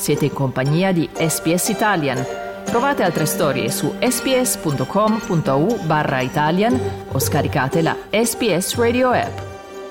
Siete in compagnia di SBS Italian. Trovate altre storie su sbs.com.au/Italian o scaricate la SBS Radio app.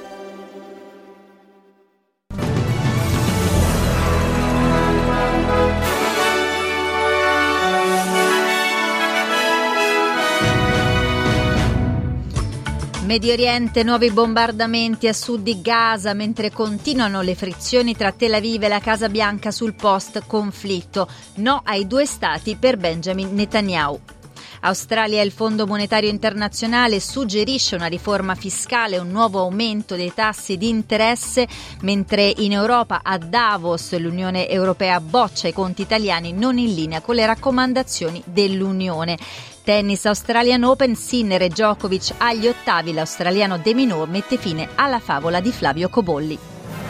Medio Oriente, nuovi bombardamenti a sud di Gaza mentre continuano le frizioni tra Tel Aviv e la Casa Bianca sul post-conflitto. No ai due stati per Benjamin Netanyahu. Australia e il Fondo Monetario Internazionale suggerisce una riforma fiscale e un nuovo aumento dei tassi di interesse, mentre in Europa a Davos l'Unione Europea boccia i conti italiani non in linea con le raccomandazioni dell'Unione. Tennis Australian Open, Sinner e Djokovic agli ottavi, l'australiano De Minaur mette fine alla favola di Flavio Cobolli.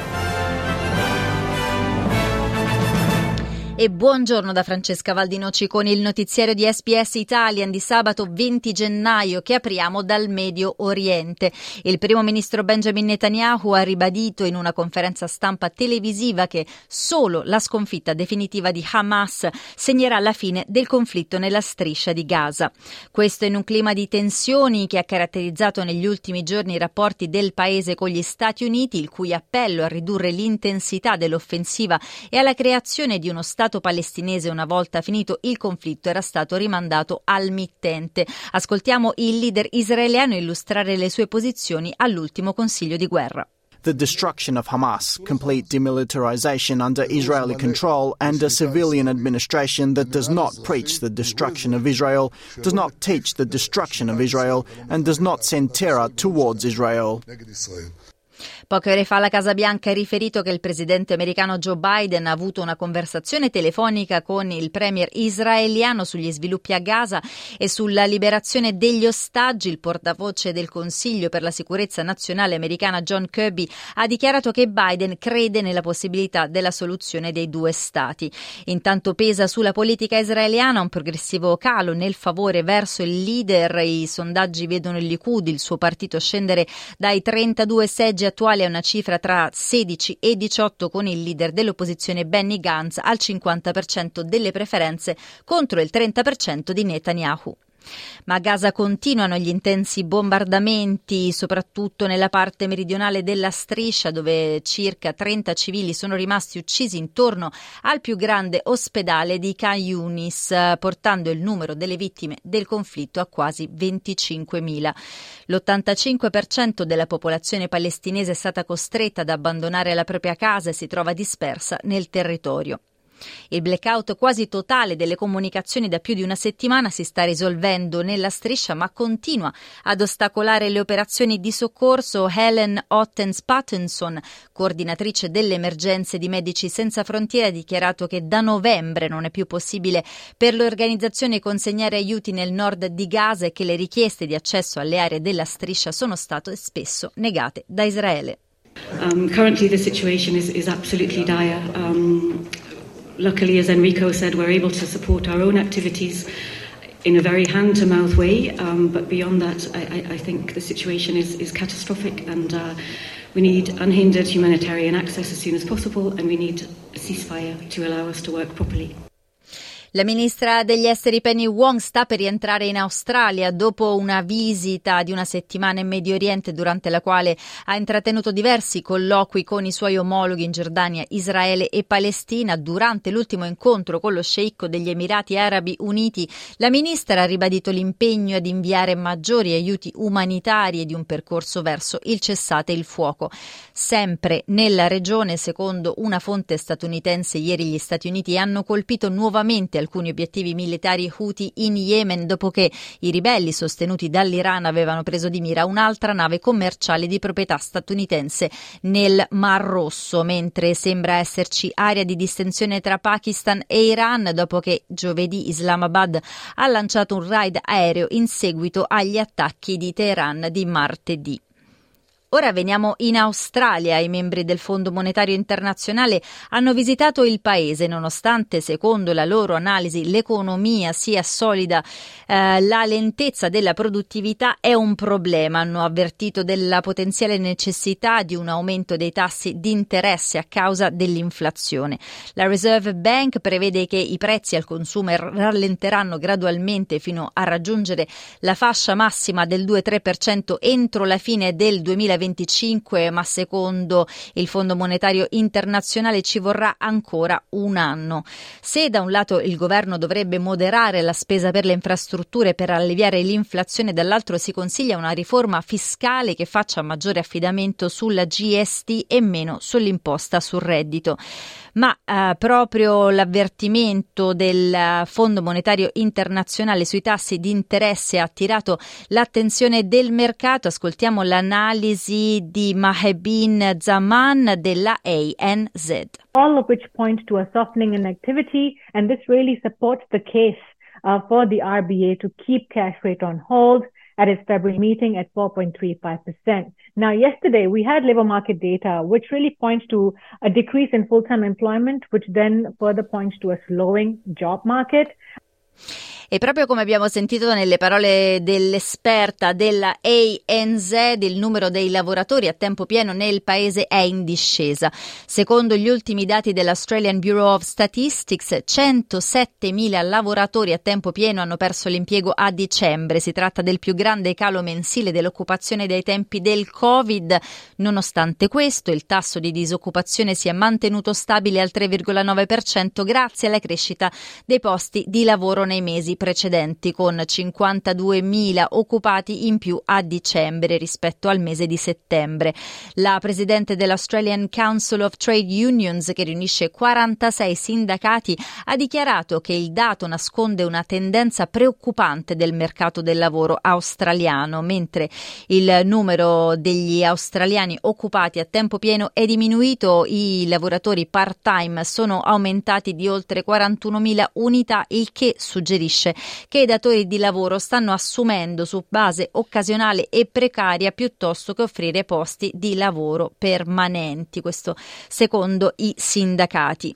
E buongiorno da Francesca Valdinoci con il notiziario di SBS Italian di sabato 20 gennaio che apriamo dal Medio Oriente. Il primo ministro Benjamin Netanyahu ha ribadito in una conferenza stampa televisiva che solo la sconfitta definitiva di Hamas segnerà la fine del conflitto nella striscia di Gaza. Questo in un clima di tensioni che ha caratterizzato negli ultimi giorni i rapporti del paese con gli Stati Uniti, il cui appello a ridurre l'intensità dell'offensiva e alla creazione di uno Stato palestinese una volta finito il conflitto era stato rimandato al mittente. Ascoltiamo il leader israeliano illustrare le sue posizioni all'ultimo Consiglio di guerra. The destruction of Hamas, complete demilitarization under Israeli control, and a civilian administration that does not preach the destruction of Israel, does not teach the destruction of Israel, and does not send terror towards Israel. Poche ore fa la Casa Bianca ha riferito che il presidente americano Joe Biden ha avuto una conversazione telefonica con il premier israeliano sugli sviluppi a Gaza e sulla liberazione degli ostaggi. Il portavoce del Consiglio per la sicurezza nazionale americana John Kirby ha dichiarato che Biden crede nella possibilità della soluzione dei due stati. Intanto pesa sulla politica israeliana un progressivo calo nel favore verso il leader. I sondaggi vedono il Likud, il suo partito, scendere dai 32 seggi attuali a una cifra tra 16 e 18 con il leader dell'opposizione Benny Gantz al 50% delle preferenze contro il 30% di Netanyahu. Ma a Gaza continuano gli intensi bombardamenti, soprattutto nella parte meridionale della striscia, dove circa 30 civili sono rimasti uccisi intorno al più grande ospedale di Khan Yunis, portando il numero delle vittime del conflitto a quasi 25.000. L'85% della popolazione palestinese è stata costretta ad abbandonare la propria casa e si trova dispersa nel territorio. Il blackout quasi totale delle comunicazioni da più di una settimana si sta risolvendo nella striscia, ma continua ad ostacolare le operazioni di soccorso. Helen Ottens-Pattinson, coordinatrice delle emergenze di Medici Senza Frontiere, ha dichiarato che da novembre non è più possibile per l'organizzazione consegnare aiuti nel nord di Gaza e che le richieste di accesso alle aree della striscia sono state spesso negate da Israele. Currently the situation is absolutely dire. Luckily, as Enrico said, we're able to support our own activities in a very hand-to-mouth way, but beyond that, I think the situation is catastrophic, and we need unhindered humanitarian access as soon as possible, and we need a ceasefire to allow us to work properly. La ministra degli esteri Penny Wong sta per rientrare in Australia dopo una visita di una settimana in Medio Oriente durante la quale ha intrattenuto diversi colloqui con i suoi omologhi in Giordania, Israele e Palestina. Durante l'ultimo incontro con lo sceicco degli Emirati Arabi Uniti, la ministra ha ribadito l'impegno ad inviare maggiori aiuti umanitari e di un percorso verso il cessate il fuoco. Sempre nella regione, secondo una fonte statunitense, ieri gli Stati Uniti hanno colpito nuovamente alcuni obiettivi militari Houthi in Yemen dopo che i ribelli sostenuti dall'Iran avevano preso di mira un'altra nave commerciale di proprietà statunitense nel Mar Rosso, mentre sembra esserci area di distensione tra Pakistan e Iran dopo che giovedì Islamabad ha lanciato un raid aereo in seguito agli attacchi di Teheran di martedì. Ora veniamo in Australia. I membri del Fondo Monetario Internazionale hanno visitato il paese nonostante, secondo la loro analisi, l'economia sia solida. La lentezza della produttività è un problema. Hanno avvertito della potenziale necessità di un aumento dei tassi di interesse a causa dell'inflazione. La Reserve Bank prevede che i prezzi al consumo rallenteranno gradualmente fino a raggiungere la fascia massima del 2-3% entro la fine del 2025, ma secondo il Fondo Monetario Internazionale ci vorrà ancora un anno. Se da un lato il governo dovrebbe moderare la spesa per le infrastrutture per alleviare l'inflazione, dall'altro si consiglia una riforma fiscale che faccia maggiore affidamento sulla GST e meno sull'imposta sul reddito. Ma proprio l'avvertimento del Fondo Monetario Internazionale sui tassi di interesse ha attirato l'attenzione del mercato. Ascoltiamo l'analisi di Mahebin Zaman della ANZ. All of which point to a softening in activity, and this really supports the case for the RBA to keep cash rate on hold at its February meeting at 4.35%. Now, yesterday we had labor market data, which really points to a decrease in full-time employment, which then further points to a slowing job market. E proprio come abbiamo sentito nelle parole dell'esperta della ANZ, il numero dei lavoratori a tempo pieno nel paese è in discesa. Secondo gli ultimi dati dell'Australian Bureau of Statistics, 107.000 lavoratori a tempo pieno hanno perso l'impiego a dicembre. Si tratta del più grande calo mensile dell'occupazione dai tempi del Covid. Nonostante questo, il tasso di disoccupazione si è mantenuto stabile al 3,9% grazie alla crescita dei posti di lavoro nei mesi precedenti, con 52.000 occupati in più a dicembre rispetto al mese di settembre. La presidente dell'Australian Council of Trade Unions, che riunisce 46 sindacati, ha dichiarato che il dato nasconde una tendenza preoccupante del mercato del lavoro australiano. Mentre il numero degli australiani occupati a tempo pieno è diminuito, i lavoratori part-time sono aumentati di oltre 41.000 unità, il che suggerisce che i datori di lavoro stanno assumendo su base occasionale e precaria piuttosto che offrire posti di lavoro permanenti, questo secondo i sindacati.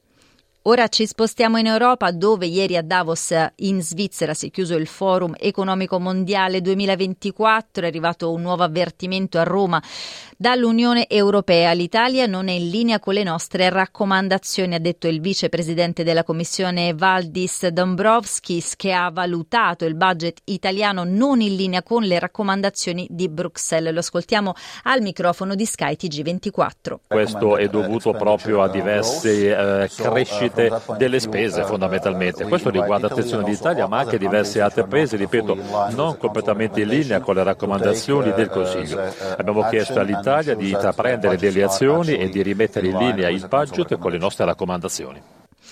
Ora ci spostiamo in Europa, dove ieri a Davos in Svizzera si è chiuso il Forum Economico Mondiale 2024. È arrivato un nuovo avvertimento a Roma dall'Unione Europea. L'Italia non è in linea con le nostre raccomandazioni, ha detto il vicepresidente della Commissione Valdis Dombrovskis, che ha valutato il budget italiano non in linea con le raccomandazioni di Bruxelles. Lo ascoltiamo al microfono di Sky TG24. Questo è dovuto proprio a diverse crescite delle spese, fondamentalmente. Questo riguarda attenzione l'Italia, ma anche diversi altri paesi, ripeto, non completamente in linea con le raccomandazioni del Consiglio. Abbiamo chiesto all'Italia di intraprendere delle azioni e di rimettere in linea il budget con le nostre raccomandazioni.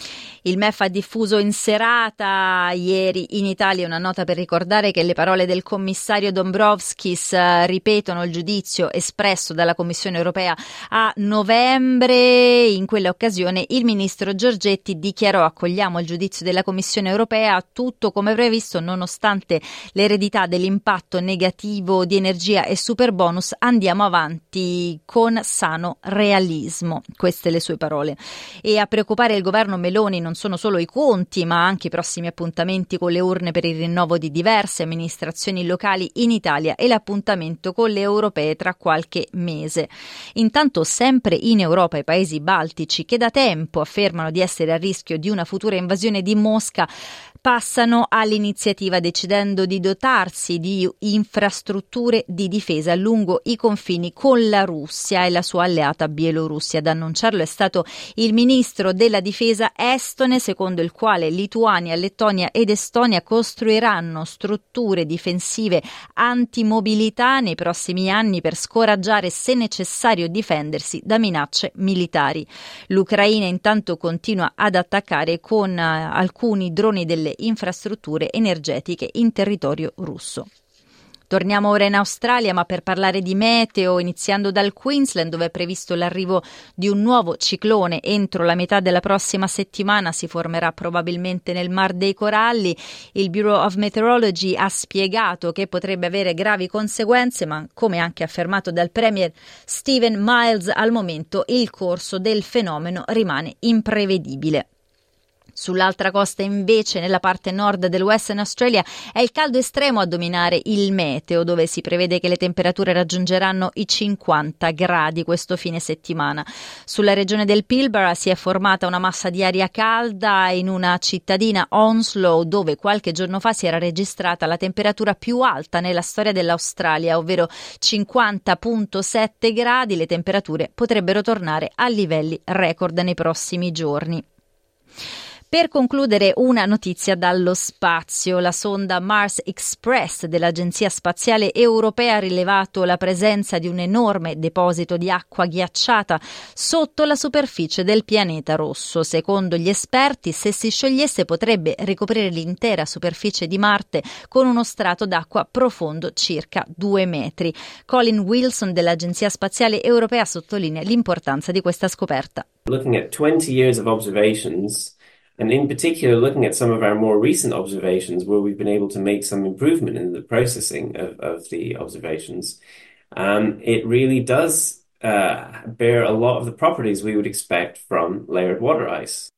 Il MEF ha diffuso in serata ieri in Italia una nota per ricordare che le parole del commissario Dombrovskis ripetono il giudizio espresso dalla Commissione europea a novembre. In quella occasione il ministro Giorgetti dichiarò: accogliamo il giudizio della Commissione europea, tutto come previsto, nonostante l'eredità dell'impatto negativo di energia e superbonus, andiamo avanti con sano realismo. Queste le sue parole. E a preoccupare il governo Meloni non sono solo i conti, ma anche i prossimi appuntamenti con le urne per il rinnovo di diverse amministrazioni locali in Italia e l'appuntamento con le europee tra qualche mese. Intanto, sempre in Europa, i paesi baltici, che da tempo affermano di essere a rischio di una futura invasione di Mosca, passano all'iniziativa decidendo di dotarsi di infrastrutture di difesa lungo i confini con la Russia e la sua alleata Bielorussia. Ad annunciarlo è stato il ministro della difesa estone, secondo il quale Lituania, Lettonia ed Estonia costruiranno strutture difensive antimobilità nei prossimi anni per scoraggiare, se necessario, difendersi da minacce militari. L'Ucraina intanto continua ad attaccare con alcuni droni delle infrastrutture energetiche in territorio russo. Torniamo ora in Australia, ma per parlare di meteo, iniziando dal Queensland, dove è previsto l'arrivo di un nuovo ciclone entro la metà della prossima settimana. Si formerà probabilmente nel Mar dei Coralli. Il Bureau of Meteorology ha spiegato che potrebbe avere gravi conseguenze, ma come anche affermato dal Premier Stephen Miles, al momento il corso del fenomeno rimane imprevedibile. Sull'altra costa invece, nella parte nord del Western Australia, è il caldo estremo a dominare il meteo, dove si prevede che le temperature raggiungeranno i 50 gradi questo fine settimana. Sulla regione del Pilbara si è formata una massa di aria calda in una cittadina, Onslow, dove qualche giorno fa si era registrata la temperatura più alta nella storia dell'Australia, ovvero 50,7 gradi. Le temperature potrebbero tornare a livelli record nei prossimi giorni. Per concludere, una notizia dallo spazio. La sonda Mars Express dell'Agenzia Spaziale Europea ha rilevato la presenza di un enorme deposito di acqua ghiacciata sotto la superficie del pianeta rosso. Secondo gli esperti, se si sciogliesse potrebbe ricoprire l'intera superficie di Marte con uno strato d'acqua profondo circa 2 metri. Colin Wilson dell'Agenzia Spaziale Europea sottolinea l'importanza di questa scoperta. Looking at 20 years of observations, and in particular, looking at some of our more recent observations where we've been able to make some improvement in the processing of the observations, it really does bear a lot of the properties we would expect from layered water ice.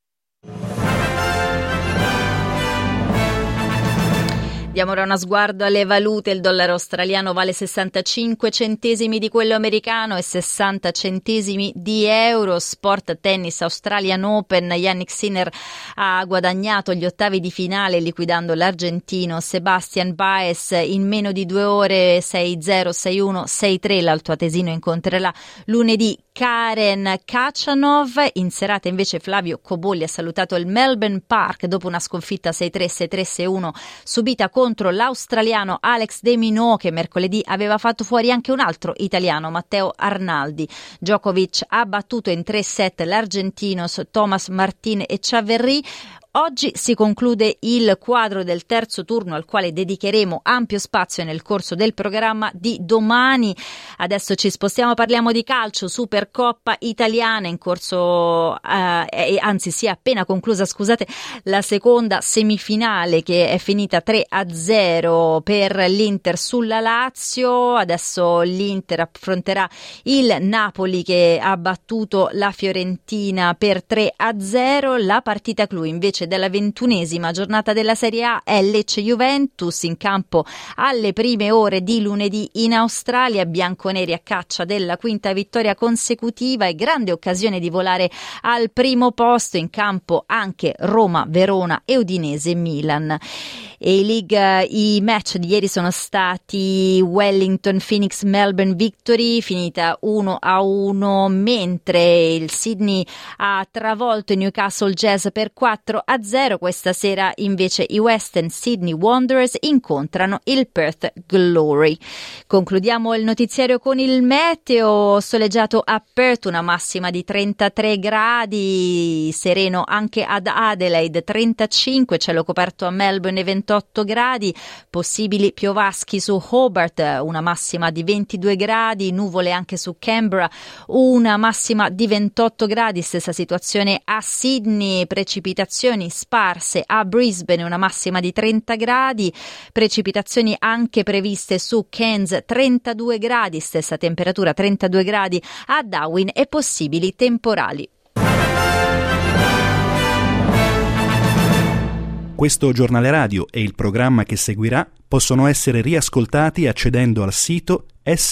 Diamo ora uno sguardo alle valute. Il dollaro australiano vale 65 centesimi di quello americano e 60 centesimi di euro. Sport tennis Australian Open. Jannik Sinner ha guadagnato gli ottavi di finale liquidando l'argentino Sebastian Baez in meno di 2 ore, 6-0, 6-1, 6-3. L'altoatesino incontrerà lunedì Karen Khachanov. In serata invece Flavio Cobolli ha salutato il Melbourne Park dopo una sconfitta 6-3, 6-3, 6-1 subita contro l'australiano Alex De Minaur, che mercoledì aveva fatto fuori anche un altro italiano, Matteo Arnaldi. Djokovic ha battuto in 3 set l'argentino Thomas Martin e Chaverry. Oggi si conclude il quadro del terzo turno, al quale dedicheremo ampio spazio nel corso del programma di domani. Adesso ci spostiamo, parliamo di calcio. Supercoppa italiana in corso, anzi si è appena conclusa, scusate, la seconda semifinale, che è finita 3-0 per l'Inter sulla Lazio. Adesso l'Inter affronterà il Napoli, che ha battuto la Fiorentina per 3-0. La partita clou invece della 21esima giornata della Serie A è Lecce-Juventus, in campo alle prime ore di lunedì in Australia. Bianconeri a caccia della quinta vittoria consecutiva e grande occasione di volare al primo posto. In campo anche Roma, Verona e Udinese-Milan. A-League, i match di ieri sono stati Wellington-Phoenix Melbourne Victory, finita 1-1, mentre il Sydney ha travolto il Newcastle Jazz per 4-0. Questa sera invece i Western Sydney Wanderers incontrano il Perth Glory. Concludiamo il notiziario con il meteo. Soleggiato a Perth, una massima di 33 gradi, sereno anche ad Adelaide 35, cielo coperto a Melbourne 28 gradi, possibili piovaschi su Hobart, una massima di 22 gradi, nuvole anche su Canberra, una massima di 28 gradi, stessa situazione a Sydney, precipitazioni sparse a Brisbane, una massima di 30 gradi, precipitazioni anche previste su Cairns 32 gradi, stessa temperatura 32 gradi a Darwin e possibili temporali. Questo giornale radio e il programma che seguirà possono essere riascoltati accedendo al sito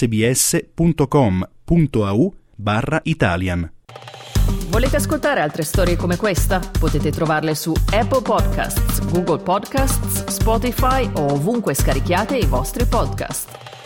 sbs.com.au/Italian. Volete ascoltare altre storie come questa? Potete trovarle su Apple Podcasts, Google Podcasts, Spotify o ovunque scarichiate i vostri podcast.